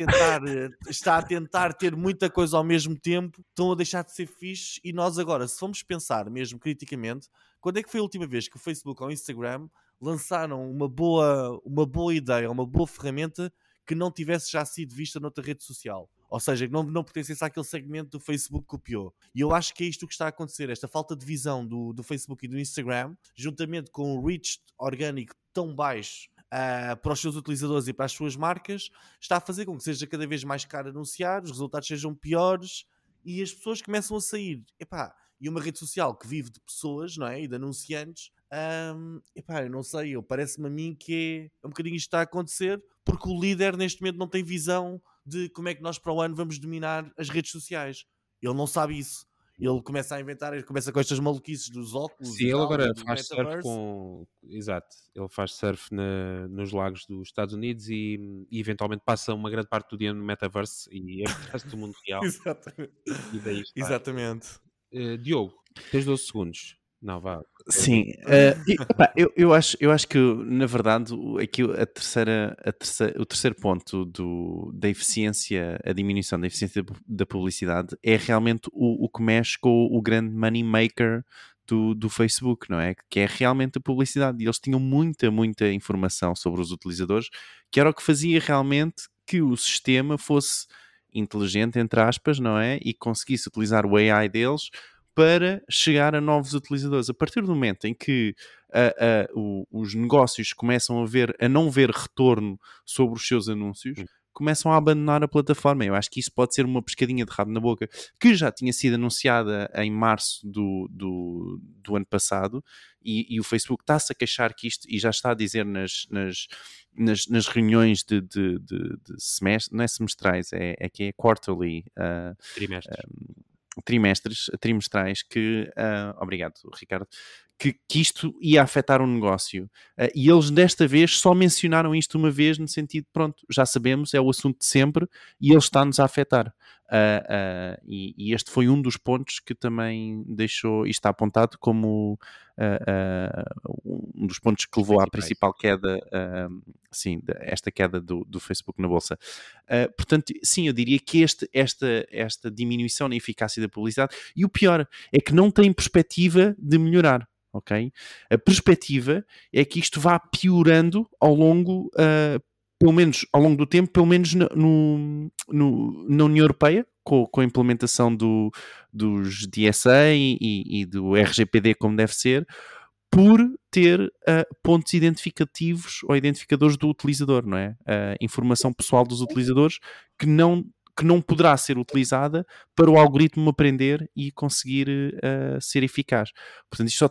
Speaker 2: a tentar ter muita coisa ao mesmo tempo, estão a deixar de ser fixe. E nós agora, se formos pensar mesmo criticamente, quando é que foi a última vez que o Facebook ou o Instagram lançaram uma boa ideia, uma boa ferramenta que não tivesse já sido vista noutra rede social? Ou seja, que não pertencesse àquele segmento do Facebook que copiou. E eu acho que é isto que está a acontecer, esta falta de visão do Facebook e do Instagram, juntamente com o reach orgânico tão baixo para os seus utilizadores e para as suas marcas, está a fazer com que seja cada vez mais caro anunciar, os resultados sejam piores e as pessoas começam a sair. E uma rede social que vive de pessoas, não é? E de anunciantes, eu não sei, parece-me a mim que é um bocadinho isto está a acontecer, porque o líder neste momento não tem visão de como é que nós para o ano vamos dominar as redes sociais. Ele não sabe isso. Ele começa a inventar, ele começa com estas maluquices dos óculos.
Speaker 1: Sim, ele agora faz surf Exato, ele faz surf nos lagos dos Estados Unidos e eventualmente passa uma grande parte do dia no metaverse e é o resto do mundo real.
Speaker 2: Exatamente.
Speaker 1: E daí está.
Speaker 2: Exatamente.
Speaker 1: Diogo, tens 12 segundos. Não, vá.
Speaker 4: Sim, eu acho que, na verdade, aqui o terceiro ponto da eficiência, a diminuição da eficiência da publicidade é realmente o que mexe com o grande money maker do Facebook, não é? Que é realmente a publicidade. E eles tinham muita informação sobre os utilizadores, que era o que fazia realmente que o sistema fosse inteligente, entre aspas, não é? E conseguisse utilizar o AI deles para chegar a novos utilizadores. A partir do momento em que os negócios começam a não ver retorno sobre os seus anúncios, começam a abandonar a plataforma. Eu acho que isso pode ser uma pescadinha de rabo na boca, que já tinha sido anunciada em março do ano passado, e o Facebook está-se a queixar que isto, e já está a dizer nas reuniões de semestre, não é semestrais, é que é quarterly, trimestrais, que obrigado, Ricardo, que isto ia afetar o negócio, e eles desta vez só mencionaram isto uma vez, no sentido, pronto, já sabemos, é o assunto de sempre e ele está-nos a afetar, e este foi um dos pontos que também deixou, e está apontado como um dos pontos que levou à principal queda, esta queda do Facebook na bolsa. Portanto, sim, eu diria que esta diminuição na eficácia da publicidade, e o pior é que não tem perspectiva de melhorar, ok? A perspectiva é que isto vá piorando ao longo, pelo menos ao longo do tempo, pelo menos na União Europeia, com a implementação dos DSA e do RGPD como deve ser, por ter pontos identificativos ou identificadores do utilizador, não é? Informação pessoal dos utilizadores que não poderá ser utilizada para o algoritmo aprender e conseguir ser eficaz. Portanto, isto só tem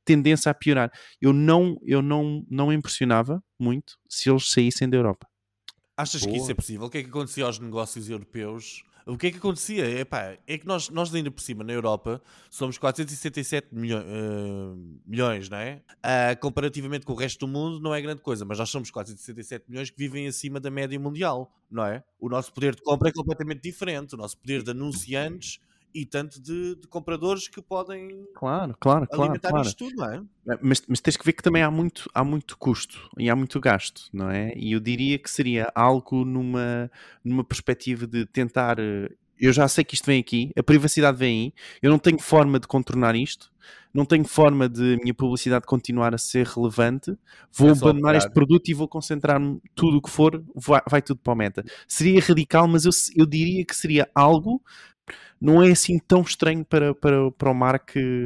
Speaker 4: tendência a piorar. Eu não me impressionava muito se eles saíssem da Europa.
Speaker 2: Achas que isso é possível? O que é que acontecia aos negócios europeus? O que é que acontecia? Epá, é que nós ainda por cima, na Europa, somos 477 milhões, não é? Comparativamente com o resto do mundo, não é grande coisa, mas nós somos 477 milhões que vivem acima da média mundial, não é? O nosso poder de compra é completamente diferente. O nosso poder de anunciantes e tanto de compradores que podem
Speaker 4: Claro.
Speaker 2: alimentar isto tudo, não é?
Speaker 4: Mas tens que ver que também há muito custo e há muito gasto, não é? E eu diria que seria algo numa perspectiva de tentar. Eu já sei que isto vem aqui, a privacidade vem aí, eu não tenho forma de contornar isto, não tenho forma de minha publicidade continuar a ser relevante, vou
Speaker 2: É só
Speaker 4: abandonar este
Speaker 2: operar.
Speaker 4: produto e vou concentrar-me, tudo o que for, vai tudo para o Meta. Seria radical, mas eu diria que seria algo. Não é assim tão estranho para o Mark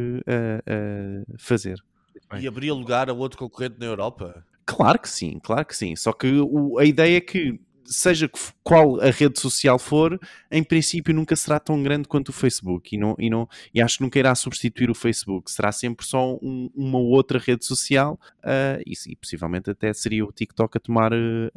Speaker 4: fazer.
Speaker 2: E abrir lugar a outro concorrente na Europa?
Speaker 4: Claro que sim. Só que a ideia é que, seja qual a rede social for, em princípio nunca será tão grande quanto o Facebook e acho que nunca irá substituir o Facebook. Será sempre só uma outra rede social e possivelmente até seria o TikTok a tomar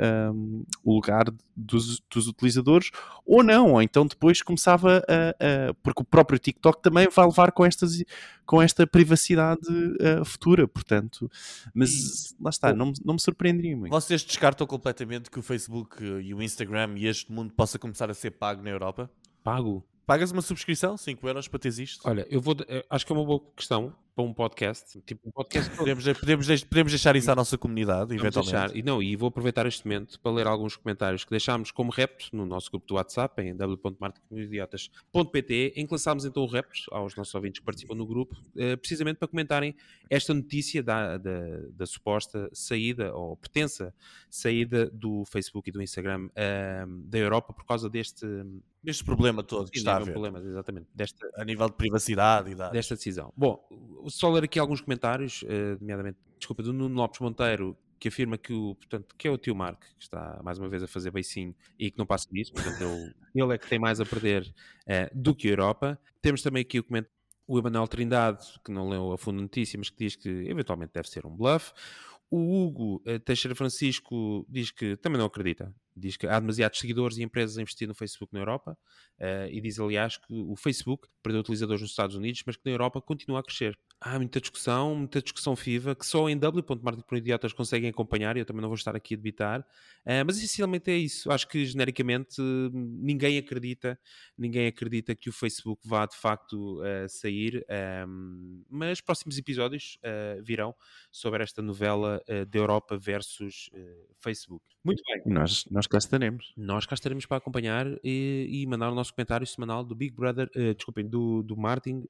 Speaker 4: o lugar dos utilizadores ou não, ou então depois começava porque o próprio TikTok também vai levar com esta privacidade futura, portanto, mas lá está, não me surpreenderia muito.
Speaker 2: Vocês descartam completamente que o Facebook e o Instagram e este mundo possa começar a ser pago na Europa?
Speaker 1: Pago?
Speaker 2: Pagas uma subscrição, 5€ para teres isto?
Speaker 1: Olha, acho que é uma boa questão para um podcast. Tipo, um podcast
Speaker 2: Podemos deixar isso à nossa comunidade,
Speaker 1: Vamos
Speaker 2: eventualmente.
Speaker 1: deixar. E vou aproveitar este momento para ler alguns comentários que deixámos como repto no nosso grupo do WhatsApp, em w.marketingidiotas.pt, em que lançámos então o repto aos nossos ouvintes que participam no grupo, precisamente para comentarem esta notícia da suposta saída, ou pretensa saída do Facebook e do Instagram da Europa por causa deste
Speaker 2: Problema todo que está a haver.
Speaker 1: problema, exatamente,
Speaker 2: A nível de privacidade e dados.
Speaker 1: desta decisão. Bom, só ler aqui alguns comentários, nomeadamente, desculpa, do Nuno Lopes Monteiro, que afirma que que é o tio Mark, que está mais uma vez a fazer beicinho e que não passa disso, portanto ele é que tem mais a perder do que a Europa. Temos também aqui o comentário o Emanuel Trindade, que não leu a fundo a notícia, mas que diz que eventualmente deve ser um bluff. O Hugo Teixeira Francisco diz que também não acredita. Diz que há demasiados seguidores e empresas a investir no Facebook na Europa e diz, aliás, que o Facebook perdeu utilizadores nos Estados Unidos, mas que na Europa continua a crescer. Há muita discussão FIVA, que só em w.marketing.idiotas conseguem acompanhar, e eu também não vou estar aqui a debitar, mas essencialmente é isso. Acho que genericamente ninguém acredita que o Facebook vá de facto sair, mas próximos episódios virão sobre esta novela da Europa versus Facebook. Muito bem.
Speaker 4: Nós cá estaremos.
Speaker 1: Nós cá estaremos para acompanhar e mandar o nosso comentário semanal do Big Brother, desculpem, do Martin.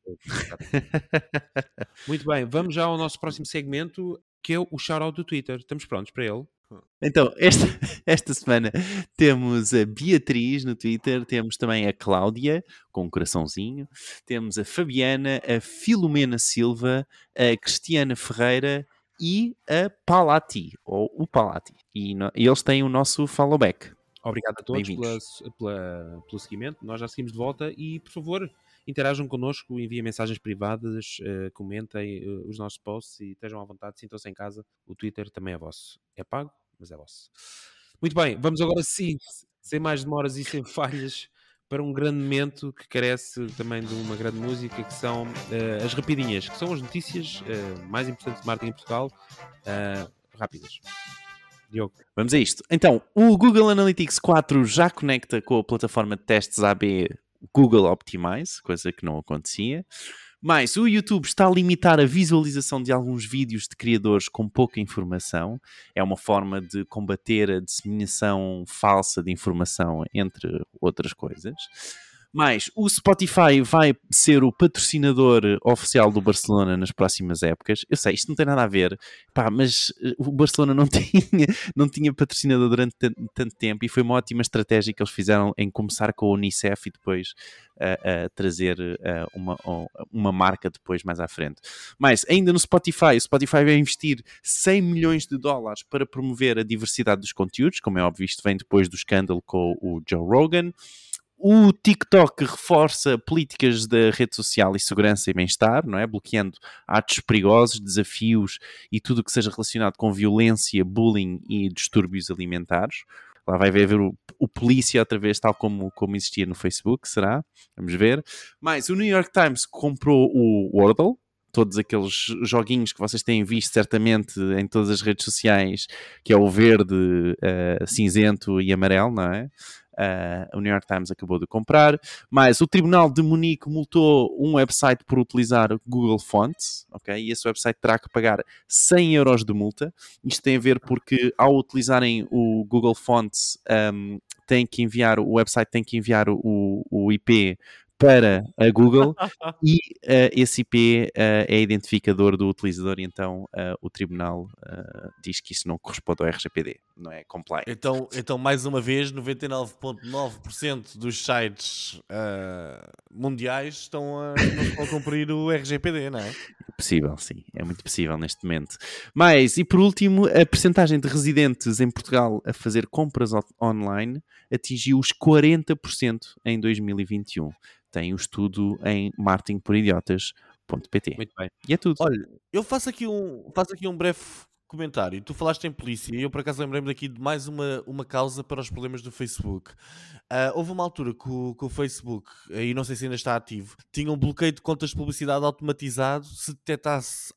Speaker 1: Muito bem, vamos já ao nosso próximo segmento, que é o shout-out do Twitter. Estamos prontos para ele?
Speaker 4: Então, esta semana temos a Beatriz no Twitter, temos também a Cláudia, com um coraçãozinho, temos a Fabiana, a Filomena Silva, a Cristiana Ferreira e a Palati, ou o Palati. E eles têm o nosso followback.
Speaker 1: Obrigado a todos
Speaker 4: Bem-vindos.
Speaker 1: pelo seguimento. Nós já seguimos de volta e, por favor, interajam connosco, enviem mensagens privadas, comentem os nossos posts e estejam à vontade, sintam-se em casa. O Twitter também é vosso. É pago, mas é vosso. Muito bem, vamos agora sim, sem mais demoras e sem falhas, para um grande momento que carece também de uma grande música, que são as rapidinhas, que são as notícias mais importantes de marketing em Portugal, rápidas. Diogo.
Speaker 4: Vamos a isto. Então, o Google Analytics 4 já conecta com a plataforma de testes AB Google Optimize, coisa que não acontecia. Mas o YouTube está a limitar a visualização de alguns vídeos de criadores com pouca informação. É uma forma de combater a disseminação falsa de informação, entre outras coisas. Mas o Spotify vai ser o patrocinador oficial do Barcelona nas próximas épocas. Eu sei, isto não tem nada a ver, mas o Barcelona não tinha patrocinador durante tanto tempo e foi uma ótima estratégia que eles fizeram em começar com a Unicef e depois a trazer uma marca depois mais à frente. Mas ainda no Spotify, o Spotify vai investir $100 milhões para promover a diversidade dos conteúdos. Como é óbvio, isto vem depois do escândalo com o Joe Rogan. O TikTok reforça políticas da rede social e segurança e bem-estar, não é? Bloqueando atos perigosos, desafios e tudo o que seja relacionado com violência, bullying e distúrbios alimentares. Lá vai haver o polícia outra vez, tal como existia no Facebook, será? Vamos ver. Mais, o New York Times comprou o Wordle, todos aqueles joguinhos que vocês têm visto certamente em todas as redes sociais, que é o verde, cinzento e amarelo, não é? O New York Times acabou de comprar. Mas o Tribunal de Munique multou um website por utilizar Google Fonts, ok? E esse website terá que pagar 100 euros de multa. Isto tem a ver porque ao utilizarem o Google Fonts, o website tem que enviar o IP para a Google e esse IP é identificador do utilizador e então o tribunal diz que isso não corresponde ao RGPD, não é compliant.
Speaker 2: Então mais uma vez, 99,9% dos sites mundiais não estão a cumprir o RGPD, não é?
Speaker 4: Possível, sim. É muito possível neste momento. Mas, e por último, a percentagem de residentes em Portugal a fazer compras online atingiu os 40% em 2021. Tem o estudo em marketingporidiotas.pt.
Speaker 1: Muito bem.
Speaker 4: E é tudo.
Speaker 2: Olha, eu faço aqui um breve comentário. Tu falaste em polícia e eu por acaso lembrei-me daqui de mais uma causa para os problemas do Facebook. Houve uma altura que o Facebook, e não sei se ainda está ativo, tinha um bloqueio de contas de publicidade automatizado se detectasse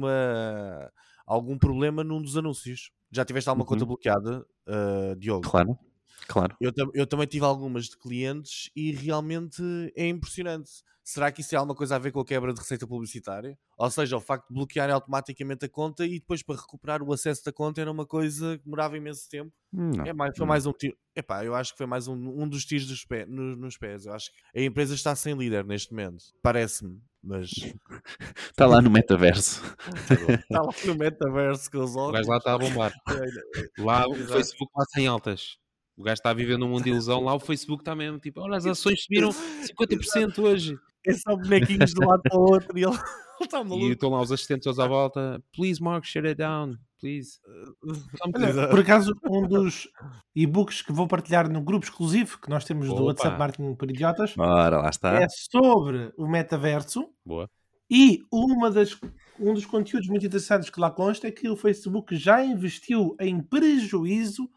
Speaker 2: algum problema num dos anúncios. Já tiveste alguma conta bloqueada, Diogo?
Speaker 4: Claro.
Speaker 2: Eu também tive algumas de clientes e realmente é impressionante. Será que isso tem alguma coisa a ver com a quebra de receita publicitária? Ou seja, o facto de bloquearem automaticamente a conta e depois para recuperar o acesso da conta era uma coisa que demorava imenso tempo. Foi mais um tiro. Eu acho que foi mais um dos tiros nos pés. Eu acho que a empresa está sem líder neste momento. Parece-me, mas...
Speaker 4: Está lá no metaverso.
Speaker 2: Está lá no metaverso com os
Speaker 1: O
Speaker 2: óculos.
Speaker 1: gajo lá está a bombar. Lá o Facebook lá sem altas. O gajo está a viver num mundo de ilusão. Lá o Facebook está mesmo tipo, olha, as ações subiram 50% hoje.
Speaker 2: É só bonequinhos de um lado para o outro e ele está maluco.
Speaker 1: E estão lá os assistentes todos à volta. Please, Mark, shut it down. Please.
Speaker 3: Olha, por acaso, um dos e-books que vou partilhar no grupo exclusivo que nós temos do
Speaker 1: Opa.
Speaker 3: WhatsApp Marketing por Idiotas
Speaker 4: Ora, lá está.
Speaker 3: é sobre o metaverso.
Speaker 1: Boa.
Speaker 3: E um dos conteúdos muito interessantes que lá consta é que o Facebook já investiu em prejuízo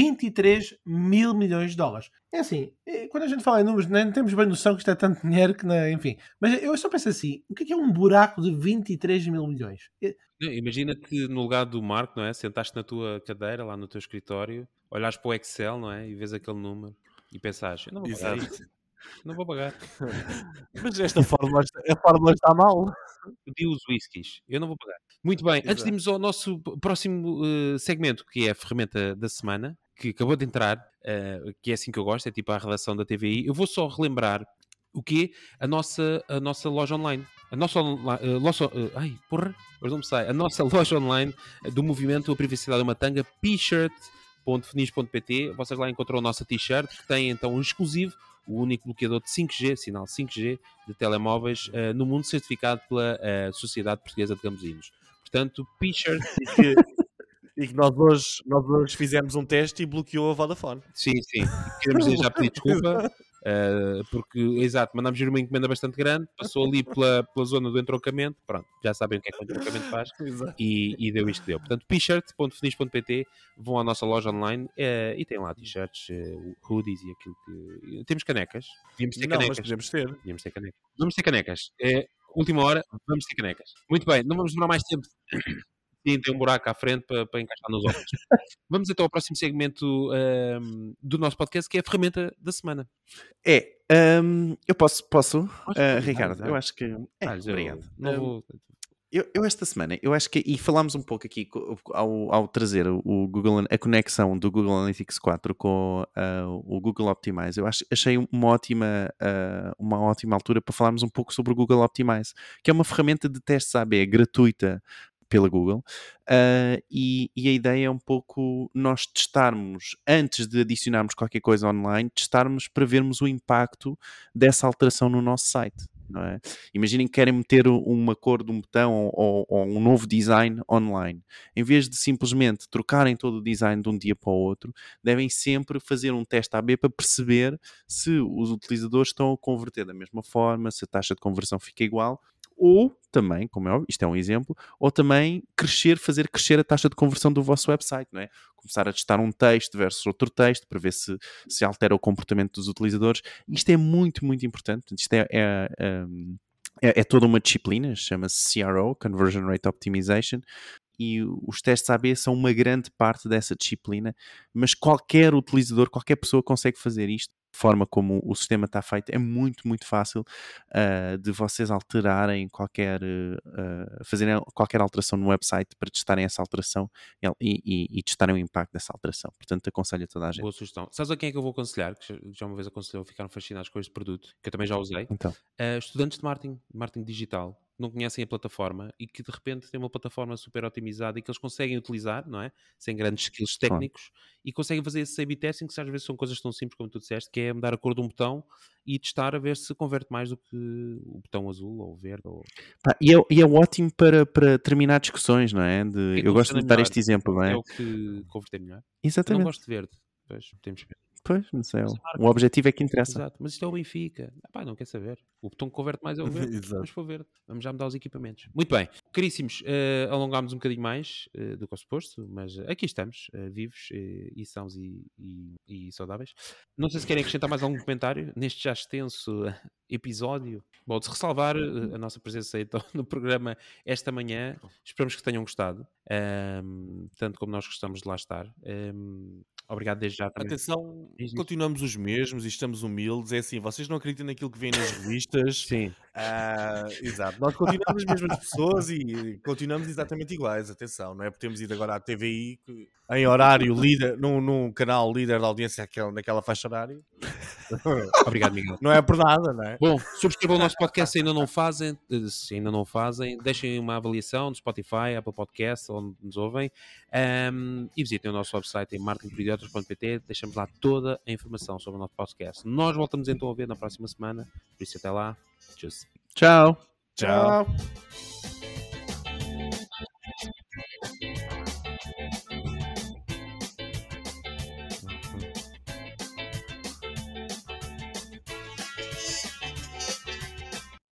Speaker 3: 23 mil milhões de dólares. É assim, quando a gente fala em números, não temos bem noção que isto é tanto dinheiro que, enfim. Mas eu só penso assim, o que é um buraco de 23 mil milhões?
Speaker 1: Imagina que no lugar do Marco, não é? Sentaste na tua cadeira, lá no teu escritório, olhas para o Excel, não é? E vês aquele número e pensas, eu não vou pagar isso. Não vou pagar.
Speaker 2: Mas a fórmula está mal.
Speaker 1: Pedi os whiskies. Eu não vou pagar. Muito bem. Antes de irmos ao nosso próximo segmento, que é a ferramenta da semana, que acabou de entrar, que é assim que eu gosto, é tipo a redação da TVI, eu vou só relembrar o que é a nossa loja online. A nossa loja... hoje não me sai. A nossa loja online do movimento A Privacidade é uma Tanga, p-shirt.finis.pt. Vocês lá encontram a nossa t-shirt, que tem então um exclusivo, o único bloqueador de 5G, sinal 5G de telemóveis no mundo, certificado pela Sociedade Portuguesa de Gambuzinos. Portanto, p-shirt...
Speaker 2: E que nós hoje fizemos um teste e bloqueou a Vodafone.
Speaker 1: Sim. Queremos já pedir desculpa, porque, exato, mandámos ir uma encomenda bastante grande, passou ali pela zona do entroncamento, pronto, já sabem o que é que o entroncamento faz, e deu isto que deu. Portanto, p-shirt.finis.pt, vão à nossa loja online e tem lá t-shirts, hoodies e aquilo que... Temos canecas. Devíamos ter canecas.
Speaker 2: Mas podemos ter.
Speaker 1: Vamos ter canecas. Última hora, vamos ter canecas. Muito bem, não vamos demorar mais tempo. Sim, tem um buraco à frente para encaixar nos óculos. Vamos então ao próximo segmento do nosso podcast, que é a ferramenta da semana.
Speaker 4: Eu posso Ricardo? Eu acho que... obrigado. Eu esta semana, eu acho que, e falámos um pouco aqui ao trazer o Google, a conexão do Google Analytics 4 com o Google Optimize, eu achei uma ótima altura para falarmos um pouco sobre o Google Optimize, que é uma ferramenta de testes AB gratuita pela Google, e a ideia é um pouco nós testarmos, antes de adicionarmos qualquer coisa online, testarmos para vermos o impacto dessa alteração no nosso site. não é? Imaginem que querem meter uma cor de um botão ou um novo design online. Em vez de simplesmente trocarem todo o design de um dia para o outro, devem sempre fazer um teste AB para perceber se os utilizadores estão a converter da mesma forma, se a taxa de conversão fica igual, ou também, como é óbvio, isto é um exemplo, ou também fazer crescer a taxa de conversão do vosso website, não é? Começar a testar um texto versus outro texto para ver se altera o comportamento dos utilizadores. Isto é muito, muito importante. Isto é toda uma disciplina, chama-se CRO, Conversion Rate Optimization, e os testes AB são uma grande parte dessa disciplina, mas qualquer utilizador, qualquer pessoa consegue fazer isto. A forma como o sistema está feito é muito, muito fácil de vocês alterarem fazerem qualquer alteração no website para testarem essa alteração e testarem o impacto dessa alteração. Portanto, aconselho a toda a gente.
Speaker 1: Boa sugestão. Sabes a quem é que eu vou aconselhar? Que já uma vez aconselhou, ficaram fascinados com este produto, que eu também já usei.
Speaker 4: Então,
Speaker 1: Estudantes de marketing digital, que não conhecem a plataforma e que de repente têm uma plataforma super otimizada e que eles conseguem utilizar, não é? Sem grandes skills técnicos, e conseguem fazer esse A/B testing, que às vezes são coisas tão simples como tu disseste, que é mudar a cor de um botão e testar a ver se converte mais do que o botão azul ou verde.
Speaker 4: E é ótimo para terminar discussões, não é? Eu gosto de dar
Speaker 1: melhor.
Speaker 4: este exemplo, não é?
Speaker 1: É o que converter melhor. Eu não
Speaker 4: Exatamente.
Speaker 1: gosto de verde. Pois, temos que ver.
Speaker 4: Pois, não sei. O objetivo é que interessa.
Speaker 1: Exato, mas isto é o Benfica. Não quer saber. O botão que converte mais é o verde.
Speaker 2: Exato.
Speaker 1: Mas for verde. Vamos já mudar os equipamentos. Muito bem. Caríssimos, alongámos um bocadinho mais do que ao suposto, mas aqui estamos, vivos e sãos e saudáveis. Não sei se querem acrescentar mais algum comentário neste já extenso episódio. Bom, de se ressalvar a nossa presença então no programa esta manhã. Esperamos que tenham gostado. Tanto como nós gostamos de lá estar. Obrigado desde já também.
Speaker 2: Atenção, continuamos os mesmos e estamos humildes. É assim, vocês não acreditam naquilo que vem nas revistas.
Speaker 1: Sim.
Speaker 2: Exato. Nós continuamos as mesmas pessoas e continuamos exatamente iguais. Atenção, não é porque temos ido agora à TVI em horário líder, num canal líder da audiência naquela faixa horária.
Speaker 1: Obrigado, Miguel.
Speaker 2: Não é por nada, não é?
Speaker 1: Bom, subscrevam o nosso podcast se ainda não fazem. Se ainda não fazem, deixem uma avaliação no Spotify, Apple Podcasts, onde nos ouvem. E visitem o nosso website em marketingporidiotas.pt. Deixamos lá toda a informação sobre o nosso podcast. Nós voltamos então a ver na próxima semana. Por isso, até lá. Tchau.
Speaker 4: Tchau.
Speaker 2: Tchau.